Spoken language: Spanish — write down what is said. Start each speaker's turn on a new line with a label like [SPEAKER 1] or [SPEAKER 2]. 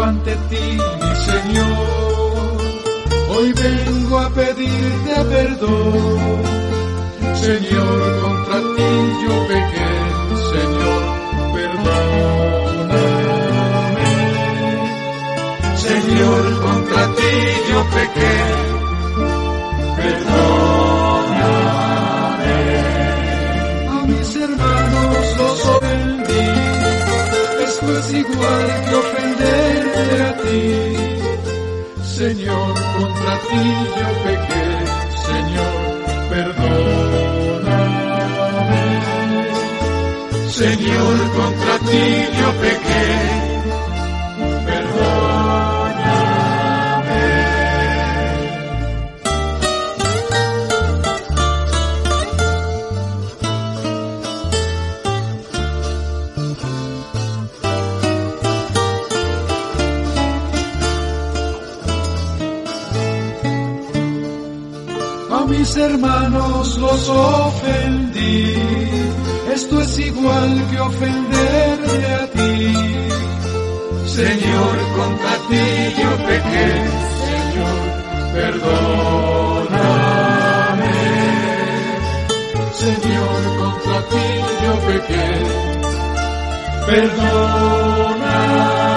[SPEAKER 1] ante ti, mi Señor. Hoy vengo a pedirte perdón. Señor, contra ti yo pequé. Señor, perdóname. Señor, contra ti yo pequé. Perdóname. A mis hermanos los ofendí. Esto es igual que ofenderte a ti. Señor, contra ti yo pequé. Señor, perdóname. Señor, contra ti yo pequé. Perdóname. A mis hermanos los ofendí. Esto es igual que ofenderte a ti. Señor, contra ti yo pequé. Señor, perdóname. Señor, contra ti yo pequé. Perdóname.